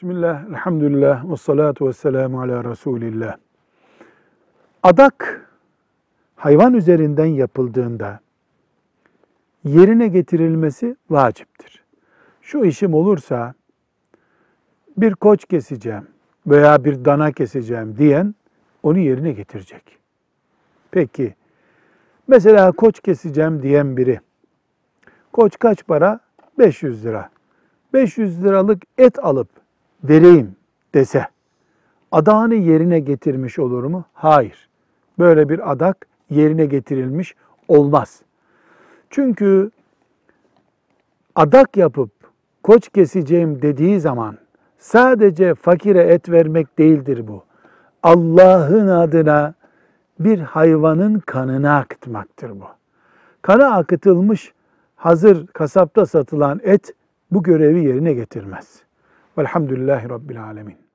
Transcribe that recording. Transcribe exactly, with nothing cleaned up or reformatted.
Bismillah, elhamdülillah, ve salatu ve selamu ala Resulillah. Adak hayvan üzerinden yapıldığında yerine getirilmesi vaciptir. Şu işim olursa bir koç keseceğim veya bir dana keseceğim diyen onu yerine getirecek. Peki, mesela koç keseceğim diyen biri, koç kaç para? beş yüz lira. beş yüz liralık et alıp vereyim dese, adağını yerine getirmiş olur mu? Hayır. Böyle bir adak yerine getirilmiş olmaz. Çünkü adak yapıp koç keseceğim dediği zaman sadece fakire et vermek değildir bu. Allah'ın adına bir hayvanın kanını akıtmaktır bu. Kanı akıtılmış, hazır kasapta satılan et bu görevi yerine getirmez. Velhamdülillahi Rabbil Alemin.